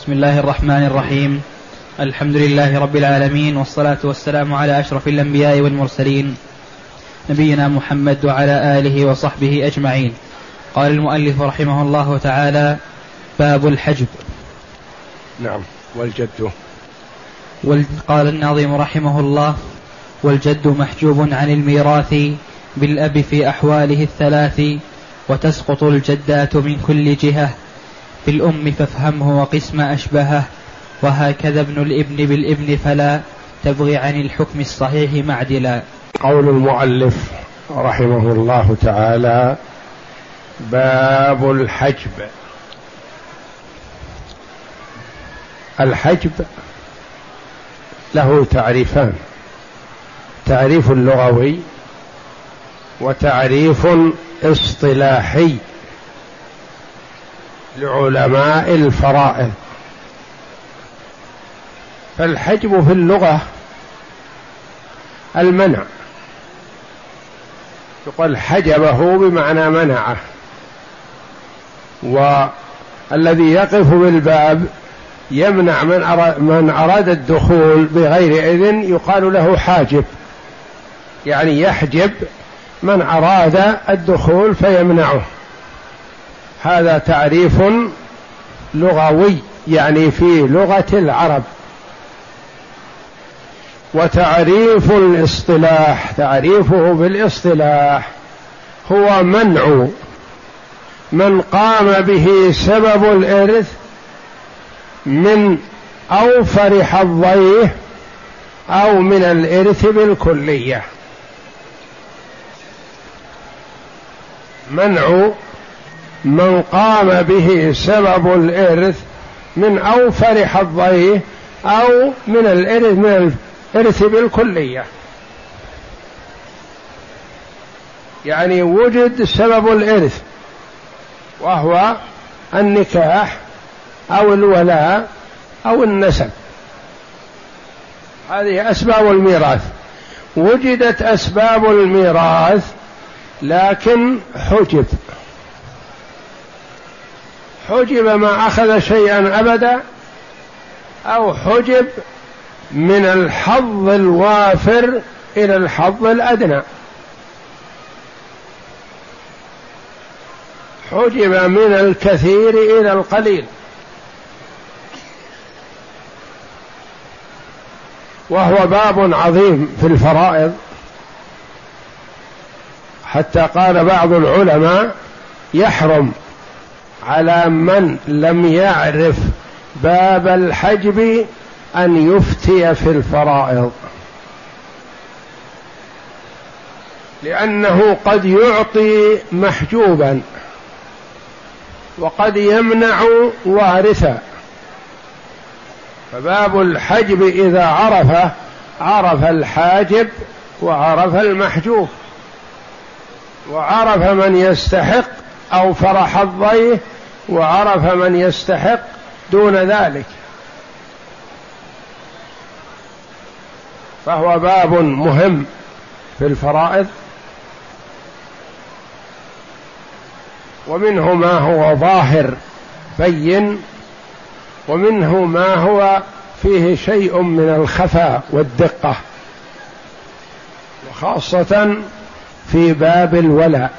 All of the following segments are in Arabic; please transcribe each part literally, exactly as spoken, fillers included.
بسم الله الرحمن الرحيم. الحمد لله رب العالمين، والصلاة والسلام على أشرف الأنبياء والمرسلين نبينا محمد وعلى آله وصحبه أجمعين. قال المؤلف رحمه الله تعالى: باب الحجب. نعم. والجد. قال الناظم رحمه الله: والجد محجوب عن الميراث بالأب في أحواله الثلاث، وتسقط الجدات من كل جهة، بالأم فافهمه وقسم أشبهه، وهكذا ابن الابن بالابن فلا تبغي عن الحكم الصحيح معدلا. قول المؤلف رحمه الله تعالى: باب الحجب. الحجب له تعريفان: تعريف لغوي وتعريف اصطلاحي لعلماء الفرائض. فالحجب في اللغة المنع، يقال حجبه بمعنى منعه، والذي يقف بالباب يمنع من أراد الدخول بغير إذن يقال له حاجب، يعني يحجب من أراد الدخول فيمنعه. هذا تعريف لغوي يعني في لغة العرب. وتعريف الاصطلاح، تعريفه بالاصطلاح هو منع من قام به سبب الإرث من أوفر حظيه أو من الإرث بالكلية. منع من قام به سبب الإرث من أوفر حظيه أو من الإرث من الإرث بالكلية، يعني وجد سبب الإرث وهو النكاح أو الولاء أو النسب، هذه أسباب الميراث. وجدت أسباب الميراث لكن حجب حجب ما أخذ شيئا أبدا، أو حجب من الحظ الوافر إلى الحظ الأدنى، حجب من الكثير إلى القليل. وهو باب عظيم في الفرائض، حتى قال بعض العلماء: يحرم على من لم يعرف باب الحجب أن يفتي في الفرائض، لأنه قد يعطي محجوبا وقد يمنع وارثا. فباب الحجب إذا عرف عرف الحاجب وعرف المحجوب، وعرف من يستحق أوفر حظيه وعرف من يستحق دون ذلك. فهو باب مهم في الفرائض، ومنه ما هو ظاهر بين، ومنه ما هو فيه شيء من الخفاء والدقة، وخاصة في باب الولاء.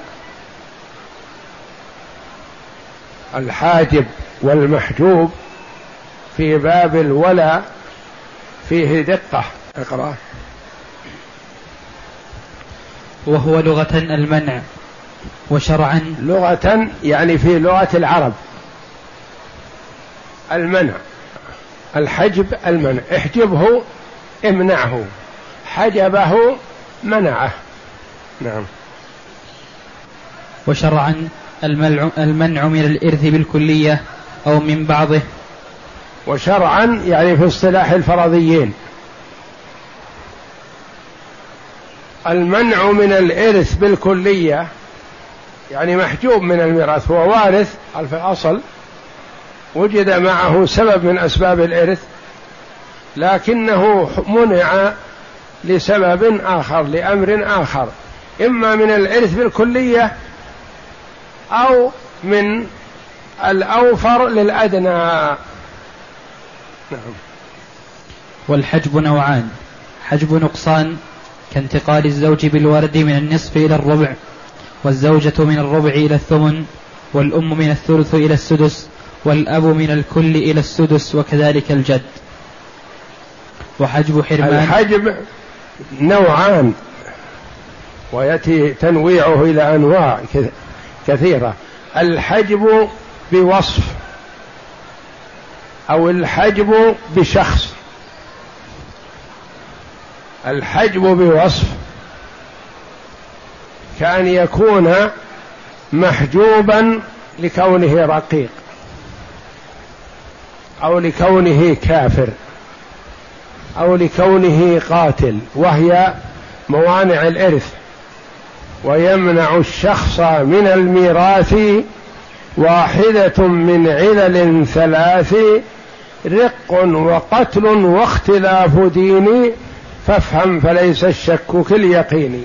الحاجب والمحجوب في باب الولاء فيه دقة. اقرأ. وهو لغة المنع، وشرعا لغة يعني في لغة العرب المنع. الحجب المنع، احجبه امنعه، حجبه منعه. نعم. وشرعا المنع من الإرث بالكلية أو من بعضه. وشرعا يعني في اصطلاح الفرضيين المنع من الإرث بالكلية، يعني محجوب من الميراث، هو وارث في الأصل، وجد معه سبب من أسباب الإرث لكنه منع لسبب آخر، لأمر آخر، إما من الإرث بالكلية أو من الأوفر للأدنى. نعم. والحجب نوعان: حجب نقصان كانتقال الزوج بالورد من النصف إلى الربع، والزوجة من الربع إلى الثمن، والأم من الثلث إلى السدس، والأب من الكل إلى السدس، وكذلك الجد. وحجب حرمان. الحجب نوعان، ويأتي تنويعه إلى أنواع كثيرة: الحجب بوصف، أو الحجب بشخص. الحجب بوصف كأن يكون محجوبا لكونه رقيق، أو لكونه كافر، أو لكونه قاتل، وهي موانع الإرث، ويمنع الشخص من الميراث واحدة من علل ثلاث: رق وقتل واختلاف دين، فافهم فليس الشك كاليقين.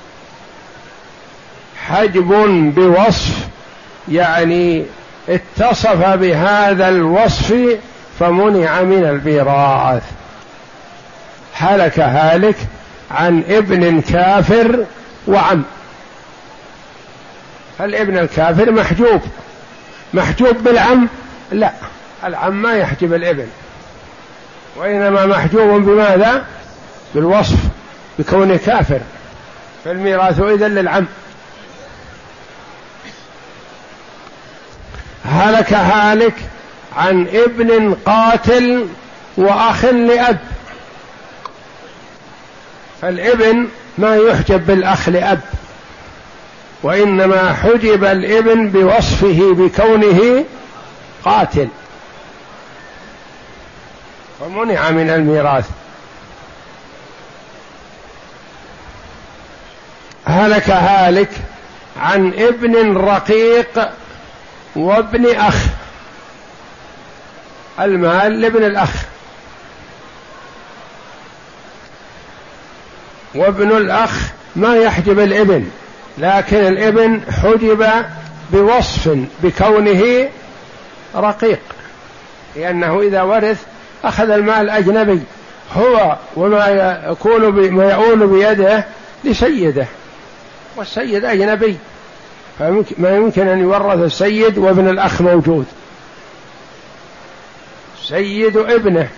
حجب بوصف يعني اتصف بهذا الوصف فمنع من الميراث. هلك هالك عن ابن كافر وعم. فالابن الكافر محجوب. محجوب بالعم؟ لا، العم ما يحجب الابن، وإنما محجوب بماذا؟ بالوصف، بكونه كافر، فالميراث إذن للعم. هلك هالك عن ابن قاتل وأخ لأب. فالابن ما يحجب بالأخ لأب، وإنما حجب الابن بوصفه بكونه قاتل ومنع من الميراث. هلك هالك عن ابن رقيق وابن أخ. المال لابن الأخ، وابن الأخ ما يحجب الابن، لكن الابن حجب بوصف بكونه رقيق، لأنه إذا ورث أخذ المال أجنبي هو، وما يكون ما يؤول بيده لسيده، والسيد أجنبي، فما يمكن أن يورث السيد وابن الأخ موجود، سيد ابنه.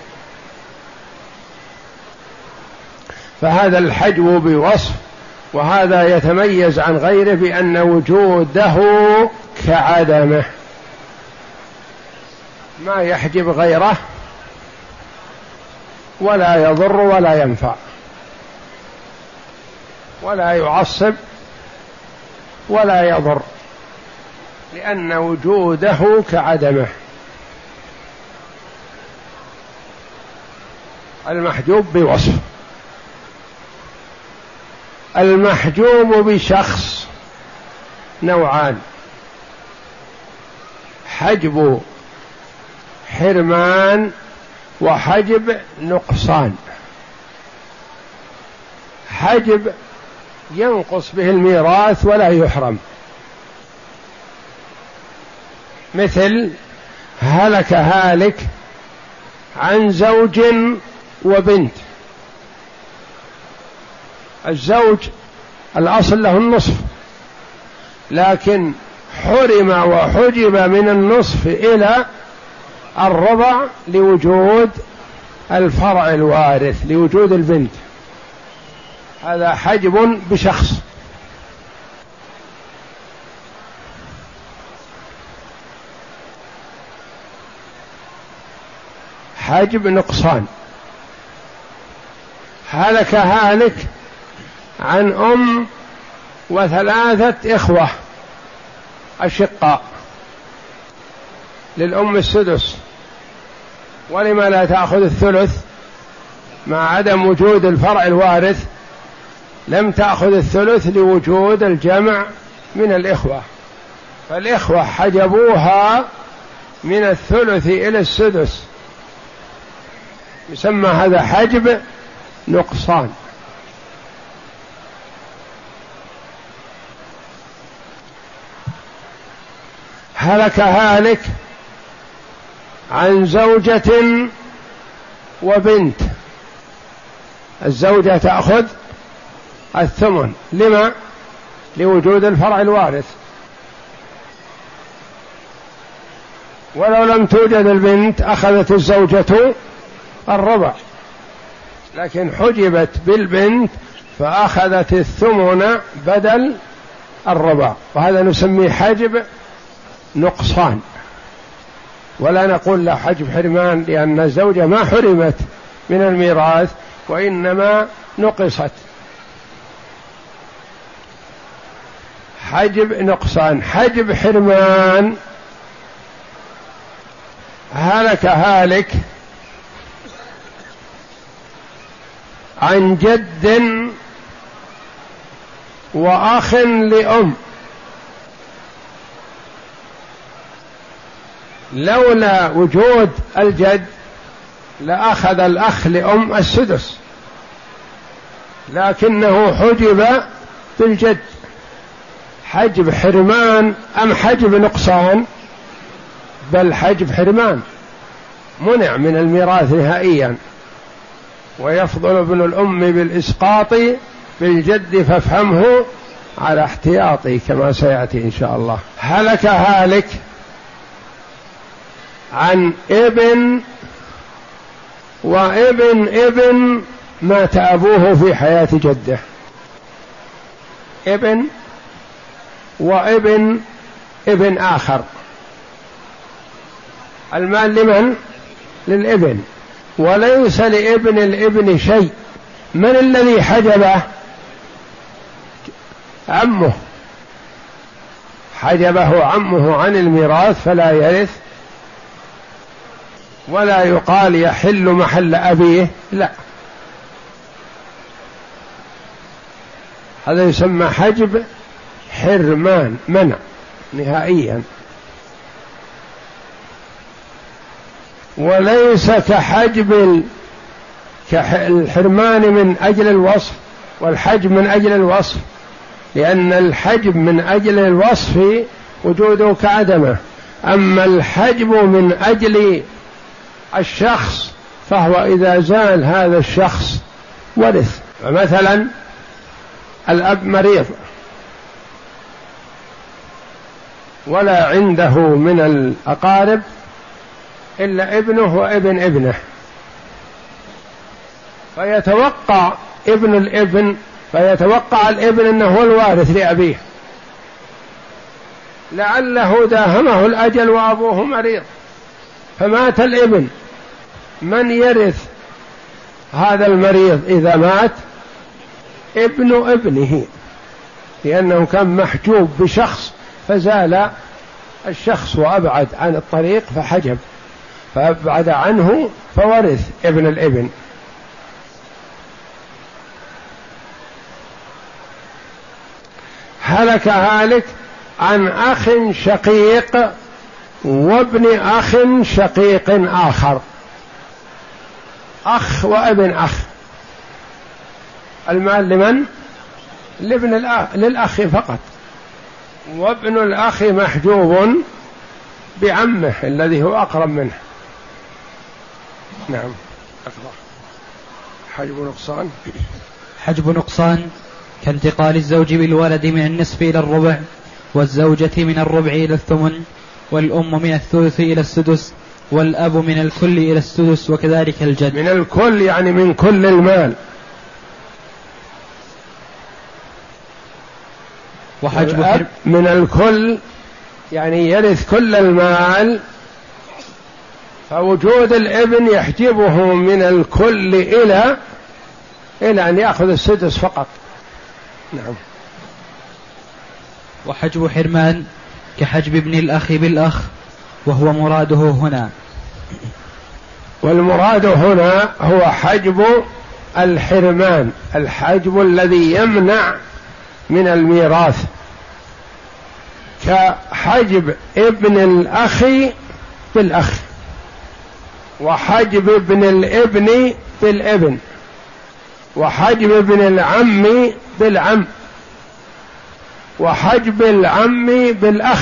فهذا الحجب بوصف، وهذا يتميز عن غيره بأن وجوده كعدمه، ما يحجب غيره ولا يضر ولا ينفع ولا يعصب ولا يضر، لأن وجوده كعدمه. المحجوب بوصف. المحجوب بشخص نوعان: حجب حرمان وحجب نقصان. حجب ينقص به الميراث ولا يحرم، مثل هلك هالك عن زوج وبنت. الزوج الأصل له النصف، لكن حرم وحجب من النصف إلى الربع لوجود الفرع الوارث، لوجود البنت. هذا حجب بشخص. حجب نقصان: هلك هالك عن أم وثلاثة إخوة أشقاء، للأم السدس، ولما لا تأخذ الثلث؟ مع عدم وجود الفرع الوارث لم تأخذ الثلث لوجود الجمع من الإخوة، فالإخوة حجبوها من الثلث إلى السدس، يسمى هذا حجب نقصان. هلك هالك عن زوجة وبنت، الزوجة تأخذ الثمن. لما؟ لوجود الفرع الوارث. ولو لم توجد البنت أخذت الزوجة الربع، لكن حجبت بالبنت فأخذت الثمن بدل الربع، وهذا نسميه حجب نقصان، ولا نقول له حجب حرمان، لأن الزوجة ما حرمت من الميراث وإنما نقصت. حجب نقصان. حجب حرمان: هلك هالك عن جد وأخ لأم، لولا وجود الجد لأخذ الأخ لأم السدس، لكنه حجب بالجد. حجب حرمان أم حجب نقصان؟ بل حجب حرمان، منع من الميراث نهائيا. ويفضل ابن الأم بالإسقاط بالجد فافهمه على احتياطي كما سيأتي إن شاء الله. هلك هالك عن ابن وابن ابن مات أبوه في حياة جده. ابن وابن ابن آخر، المال لمن؟ للابن، وليس لابن الابن شيء. من الذي حجبه؟ عمه، حجبه عمه عن الميراث فلا يرث، ولا يقال يحل محل أبيه، لا، هذا يسمى حجب حرمان، منع نهائيا. وليس كحجب الحرمان من أجل الوصف، والحجب من أجل الوصف، لأن الحجب من أجل الوصف وجوده كعدمه، أما الحجب من أجل الشخص فهو إذا زال هذا الشخص ورث. فمثلا الأب مريض ولا عنده من الأقارب إلا ابنه وابن ابنه، فيتوقع ابن الابن فيتوقع الابن أنه هو الوارث لأبيه، لعله داهمه الأجل وأبوه مريض فمات الابن. من يرث هذا المريض إذا مات؟ ابن ابنه، لأنه كان محجوب بشخص فزال الشخص وأبعد عن الطريق فحجب، فأبعد عنه فورث ابن الابن. هلك هالك عن أخ شقيق وابن أخ شقيق آخر، أخ وابن أخ، المال لمن؟ لابن الأخ، للأخ فقط، وابن الأخ محجوب بعمه الذي هو أقرب منه. نعم. حجب نقصان. حجب نقصان كانتقال الزوج بالولد من النصف إلى الربع، والزوجة من الربع إلى الثمن، والأم من الثلث إلى السدس، والأب من الكل إلى السدس، وكذلك الجد. من الكل يعني من كل المال. وحجب حرم من الكل يعني يرث كل المال، فوجود الابن يحجبه من الكل إلى إلى أن يأخذ السدس فقط. نعم. وحجب حرمان كحجب ابن الأخ بالأخ، وهو مراده هنا. والمراد هنا هو حجب الحرمان، الحجب الذي يمنع من الميراث، كحجب ابن الأخ بالأخ، وحجب ابن الابن بالابن، وحجب ابن العم بالعم، وحجب العم بالأخ،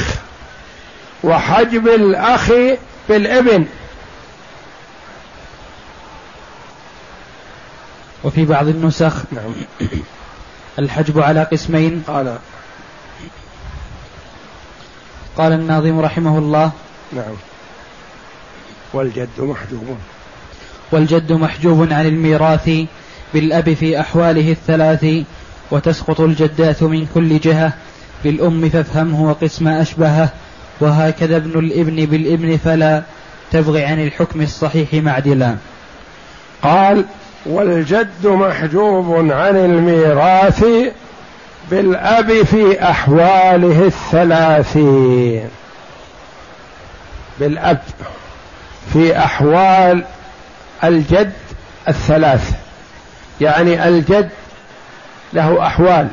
وحجب الأخ بالابن. وفي بعض النسخ نعم. الحجب على قسمين. قال قال الناظم رحمه الله: نعم. والجد محجوب والجد محجوب عن الميراث بالأب في أحواله الثلاث، وتسقط الجدات من كل جهة، بالأم فافهمه وقسم أشبهه، وهكذا ابن الابن بالابن فلا تبغي عن الحكم الصحيح معدلا. قال: والجد محجوب عن الميراث بالأب في أحواله الثلاث. بالأب في أحوال الجد الثلاث، يعني الجد له أحوال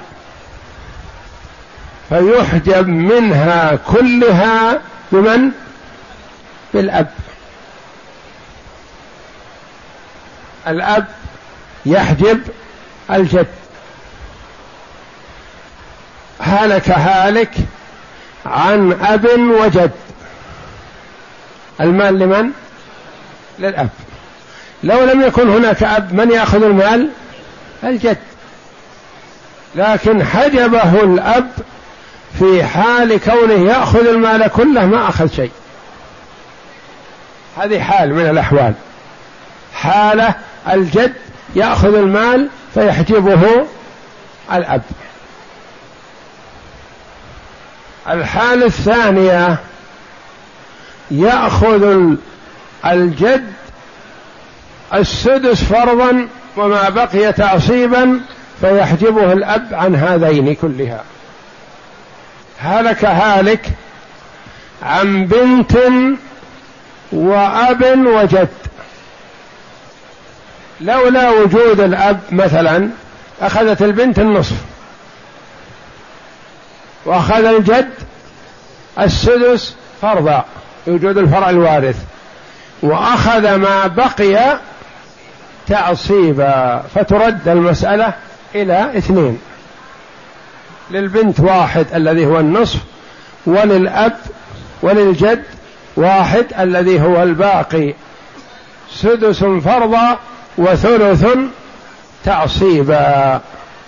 فيحجب منها كلها بمن؟ بالأب. الأب يحجب الجد، هلك هالك عن أب وجد، المال لمن؟ للأب. لو لم يكن هناك أب من يأخذ المال؟ الجد، لكن حجبه الأب في حال كونه يأخذ المال كله ما أخذ شيء. هذه حال من الأحوال، حالة الجد يأخذ المال فيحجبه الأب. الحالة الثانية يأخذ الجد السدس فرضا وما بقي تعصيبا فيحجبه الأب عن هذين كلها. هلك هالك عن بنت وأب وجد، لولا وجود الأب مثلا أخذت البنت النصف وأخذ الجد السدس فرضا يوجد الفرع الوارث، وأخذ ما بقي تعصيبا، فترد المسألة إلى اثنين، للبنت واحد الذي هو النصف، وللأب وللجد واحد الذي هو الباقي، سدس فرضا وثلث تعصيبا.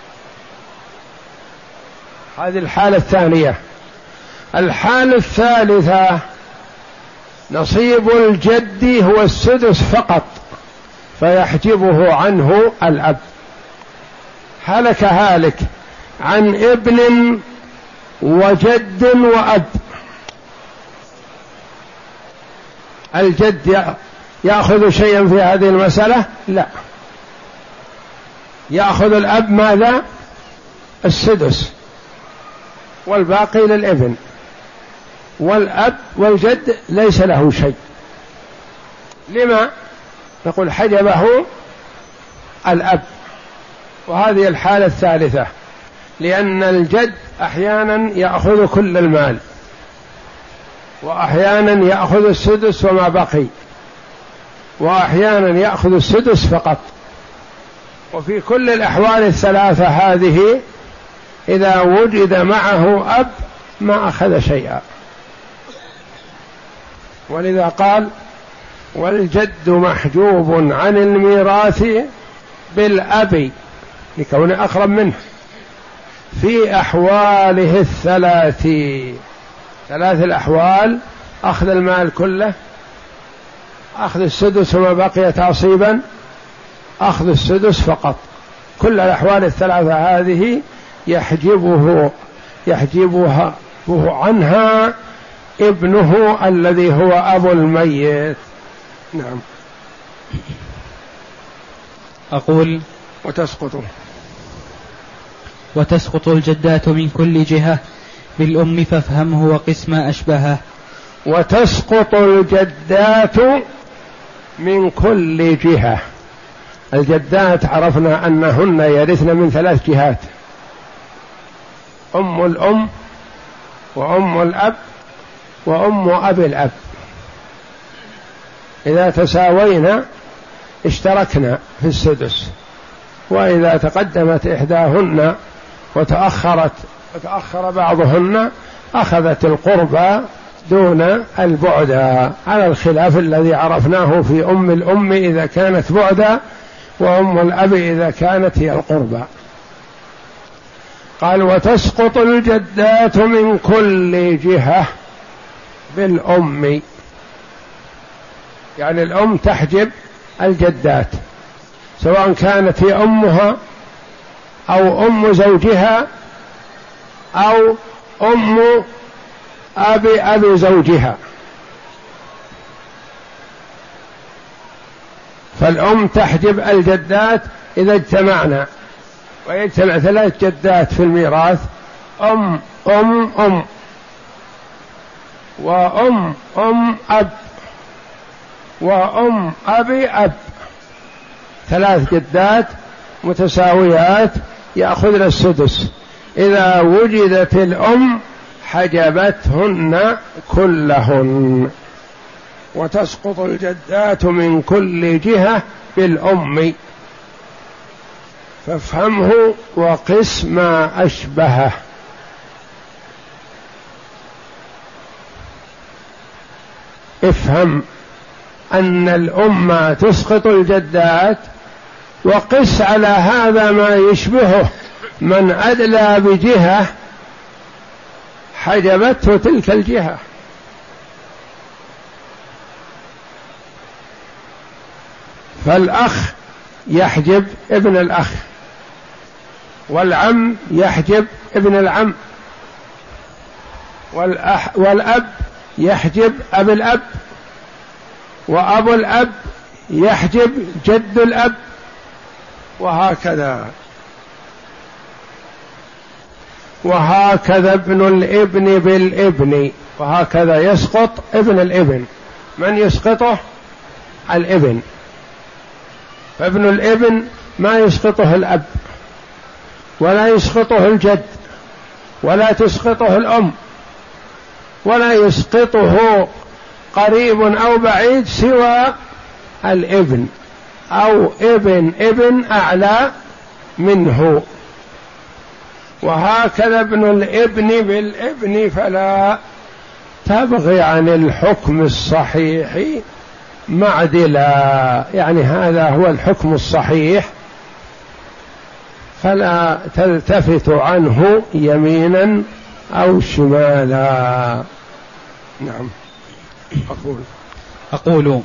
هذه الحالة الثانية. الحالة الثالثة نصيب الجد هو السدس فقط فيحجبه عنه الأب. هلك هالك عن ابن وجد وأب، الجد يأخذ شيئا في هذه المسألة؟ لا، يأخذ الأب ماذا؟ السدس، والباقي للابن، والأب والجد ليس له شيء. لما؟ نقول حجبه الأب. وهذه الحالة الثالثة، لأن الجد أحيانا يأخذ كل المال، وأحيانا يأخذ السدس وما بقي، وأحيانا يأخذ السدس فقط. وفي كل الأحوال الثلاثة هذه إذا وجد معه أب ما أخذ شيئا. ولذا قال: والجد محجوب عن الميراث بالأب لكونه أقرب منه في أحواله الثلاث. ثلاث الأحوال: أخذ المال كله، أخذ السدس وما بقي تعصيبا، أخذ السدس فقط. كل الأحوال الثلاثة هذه يحجبه يحجبها عنها ابنه الذي هو أبو الميت. نعم. أقول: وتسقط وتسقط الجدات من كل جهة، بالأم فافهمه وقسم أشبهه. وتسقط الجدات من كل جهة. الجدات عرفنا أنهن يرثن من ثلاث جهات: أم الأم، وأم الأب، وأم أب الأب. إذا تساوينا اشتركنا في السدس، وإذا تقدمت إحداهن وتأخرت وتأخر بعضهن أخذت القربى دون البعد، على الخلاف الذي عرفناه في أم الأم إذا كانت بعدا وأم الأب إذا كانت هي القربى. قال وتسقط الجدات من كل جهة بالأم، يعني الأم تحجب الجدات سواء كانت هي أمها أو أم زوجها أو أم أبي أبي زوجها، فالأم تحجب الجدات إذا اجتمعنا، ويجتمع ثلاث جدات في الميراث، أم أم أم وأم أم أب وأم أبي أب، ثلاث جدات متساويات يأخذن السدس. إذا وجدت الأم حجبتهن كلهن. وتسقط الجدات من كل جهة بالأم، فافهمه وقس ما أشبهه. افهم أن الأم تسقط الجدات، وقس على هذا ما يشبهه، من أدلى بجهة حجبته تلك الجهة. فالأخ يحجب ابن الأخ، والعم يحجب ابن العم، والأح والأب يحجب أب الأب، وأبو الأب يحجب جد الأب، وهكذا وهكذا ابن الابن بالابن، وهكذا يسقط ابن الابن. من يسقطه؟ الابن. فابن الابن ما يسقطه الأب، ولا يسقطه الجد، ولا تسقطه الأم، ولا يسقطه قريب أو بعيد سوى الابن أو ابن ابن أعلى منه. وهكذا ابن الابن بالابن، فلا تبغي عن الحكم الصحيح معدلا، يعني هذا هو الحكم الصحيح، فلا تلتفت عنه يمينا أو شمالا. نعم. أقول أقول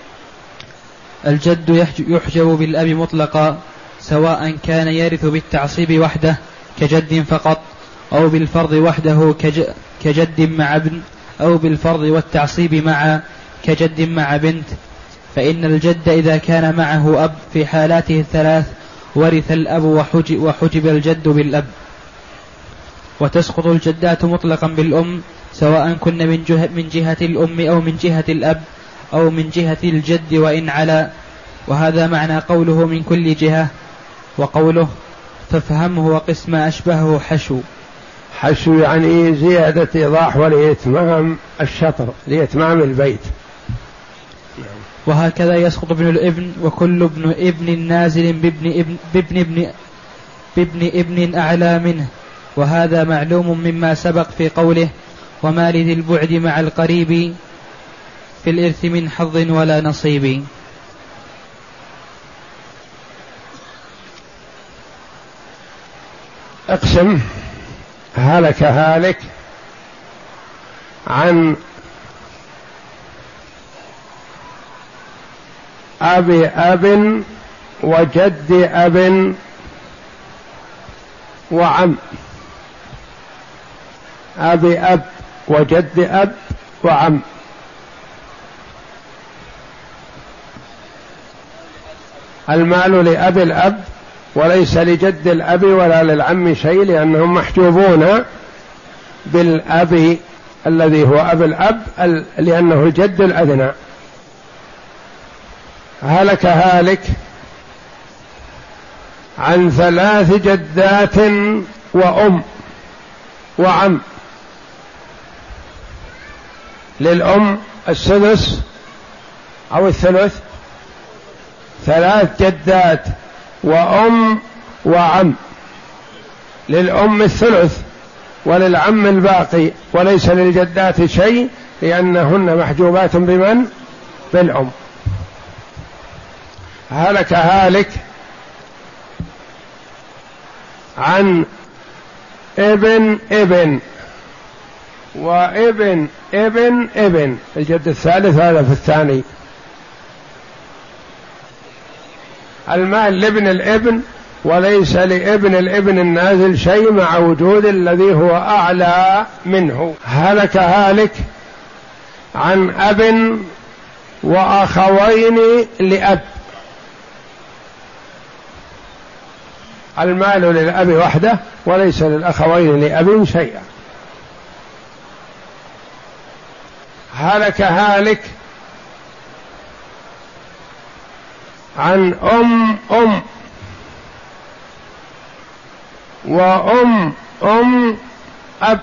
الجد يحجب بالأب مطلقا، سواء كان يرث بالتعصيب وحده كجد فقط، أو بالفرض وحده كجد مع ابن، أو بالفرض والتعصيب معا كجد مع بنت. فإن الجد إذا كان معه أب في حالاته الثلاث ورث الأب وحجب, وحجب الجد بالأب. وتسقط الجدات مطلقا بالأم، سواء كن من جهة, من جهة الأم أو من جهة الأب أو من جهة الجد وإن علا. وهذا معنى قوله من كل جهة. وقوله فافهمه وقس ما أشبهه حشو. حشو يعني زيادة إيضاح ولإتمام الشطر، لإتمام البيت. وهكذا يسقط ابن الابن وكل ابن ابن نازل بابن ابن, بابن, ابن, بابن ابن أعلى منه. وهذا معلوم مما سبق في قوله وما لذي البعد مع القريب في الإرث من حظ ولا نصيب. اقسم هلك هالك عن أبي أب وجد أب وعم. أبي أب وجد أب وعم. المال لأبي الأب وليس لجد الأب ولا للعم شيء، لأنهم محجوبون بالأب الذي هو أب الأب لأنه الجد الأدنى. هلك هالك عن ثلاث جدات وأم وعم. للأم السدس أو الثلث، ثلاث جدات وأم وعم. للأم الثلث وللعم الباقي، وليس للجدات شيء لأنهن محجوبات بمن؟ بالأم. هلك هالك عن ابن ابن وابن ابن ابن، الجد الثالث هذا في الثاني. المال لابن الابن وليس لابن الابن النازل شيء مع وجود الذي هو أعلى منه. هلك هالك عن أب وأخوين لأب، المال للأب وحده وليس للأخوين لأب شيئا. هلك هالك عن أم أم وأم أم أب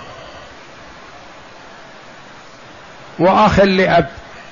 وأخ لأب.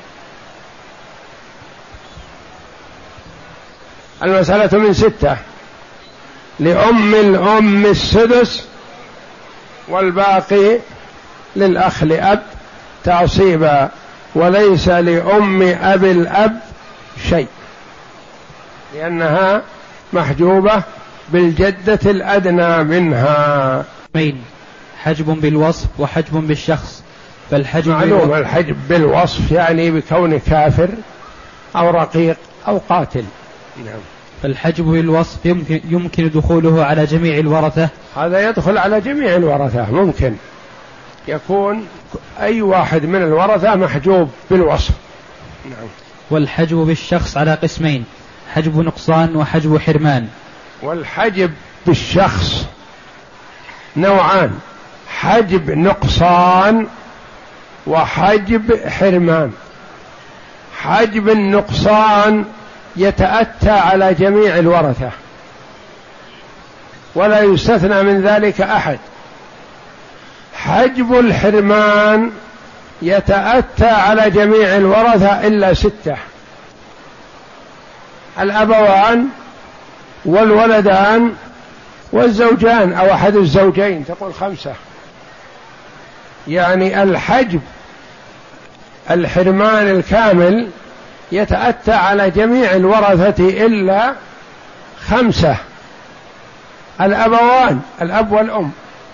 المسألة من ستة: لأم الأم السدس والباقي للأخ لأب تعصيبا، وليس لأم أب الأب شيء لأنها محجوبة بالجدة الأدنى منها. حجب بالوصف وحجب بالشخص. فالحجب معلوم الحجب بالوصف يعني بكون كافر أو رقيق أو قاتل. نعم. فالحجب بالوصف يمكن, يمكن دخوله على جميع الورثة. هذا يدخل على جميع الورثة، ممكن يكون أي واحد من الورثة محجوب بالوصف. نعم. والحجب بالشخص على قسمين: حجب نقصان وحجب حرمان. والحجب بالشخص نوعان: حجب نقصان وحجب حرمان. حجب النقصان يتأتى على جميع الورثة ولا يستثنى من ذلك أحد. حجب الحرمان يتأتى على جميع الورثة إلا ستة: الأبوان والولدان والزوجان أو أحد الزوجين، تقول خمسة. يعني الحجب الحرمان الكامل يتأتى على جميع الورثة إلا خمسة: الأبوان الأب والأم،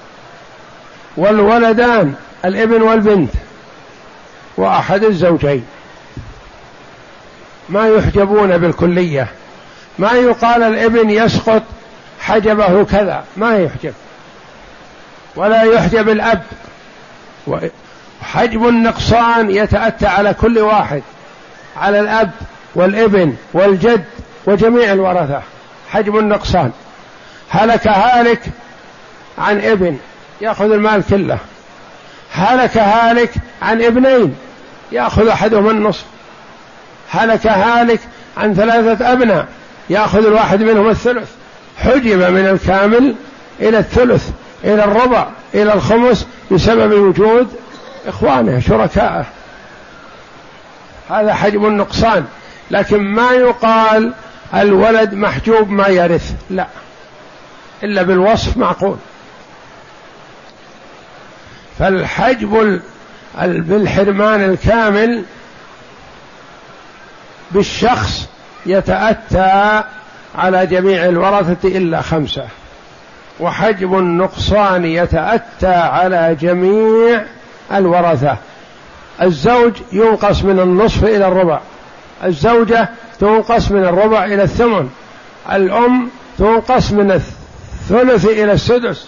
والولدان الابن والبنت، وأحد الزوجين. ما يحجبون بالكلية، ما يقال الابن يسقط حجبه كذا، ما يحجب، ولا يحجب الأب. حجب النقصان يتأتى على كل واحد، على الأب والابن والجد وجميع الورثة. حجب النقصان: هلك هالك عن ابن يأخذ المال كله، هلك هالك عن ابنين يأخذ أحدهما النصف، هلك هالك عن ثلاثة أبناء يأخذ الواحد منهم الثلث. حجب من الكامل إلى الثلث، إلى الربع، إلى الخمس بسبب وجود إخوانه شركائه. هذا حجب النقصان. لكن ما يقال الولد محجوب ما يرث، لا، إلا بالوصف معقول. فالحجب بالحرمان الكامل بالشخص يتأتى على جميع الورثة إلا خمسة، وحجب النقصان يتأتى على جميع الورثة. الزوج ينقص من النصف إلى الربع، الزوجة تنقص من الربع إلى الثمن، الأم تنقص من الثلث إلى السدس،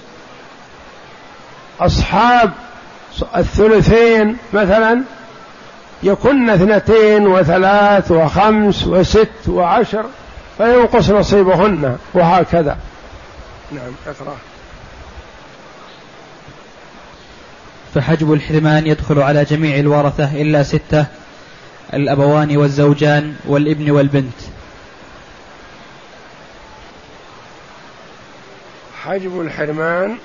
أصحاب الثلثين مثلا يكن اثنتين وثلاث وخمس وست وعشر فينقص نصيبهن، وهكذا. نعم. اقرأ. فحجب الحرمان يدخل على جميع الورثة إلا ستة: الأبوان والزوجان والابن والبنت. حجب الحرمان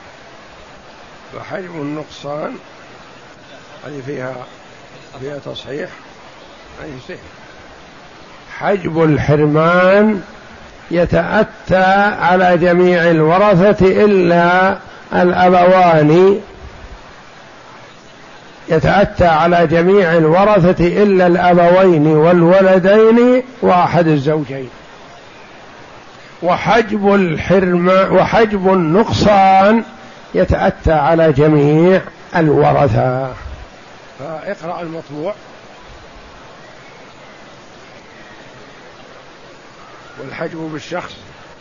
وحجب النقصان هذه فيها فيها تصحيح. حجب الحرمان يتأتى على جميع الورثة إلا الأبوان يتأتى على جميع الورثة إلا الأبوين والولدين وأحد الزوجين. وحجب الحرمان وحجب النقصان يتأتى على جميع الورثة. فاقرأ المطبوع. والحجب بالشخص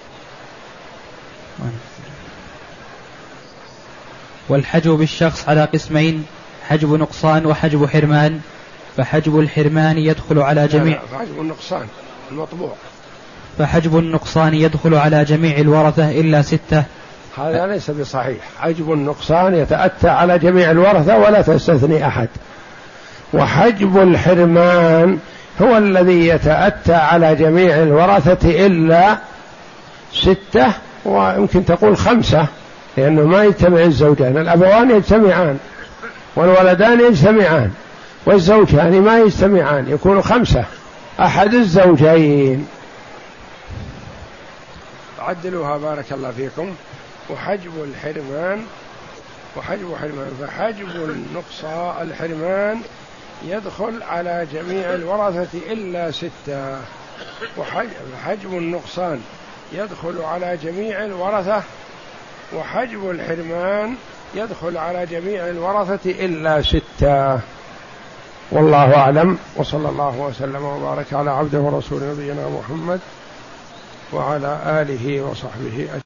والحجب بالشخص على قسمين: حجب نقصان وحجب حرمان. فحجب الحرمان يدخل على جميع حجب النقصان المطبوع فحجب النقصان يدخل على جميع الورثة إلا ستة. هذا ليس بصحيح. حجب النقصان يتأتى على جميع الورثة ولا تستثني أحد. وحجب الحرمان هو الذي يتأتى على جميع الورثة إلا ستة، ويمكن تقول خمسة، لأنه ما يجتمع الزوجان. الأبوان يجتمعان والولدان يجتمعان والزوجان ما يجتمعان، يكون خمسة، أحد الزوجين. عدلوها بارك الله فيكم. وحجب الحرمان وحجب حرمان فحجب النقصان الحرمان يدخل على جميع الورثة إلا ستة. وحجب النقصان يدخل على جميع الورثة وحجب الحرمان يدخل على جميع الورثة إلا ستة. والله أعلم، وصلى الله وسلم وبارك على عبده ورسوله نبينا محمد وعلى آله وصحبه أجمعين.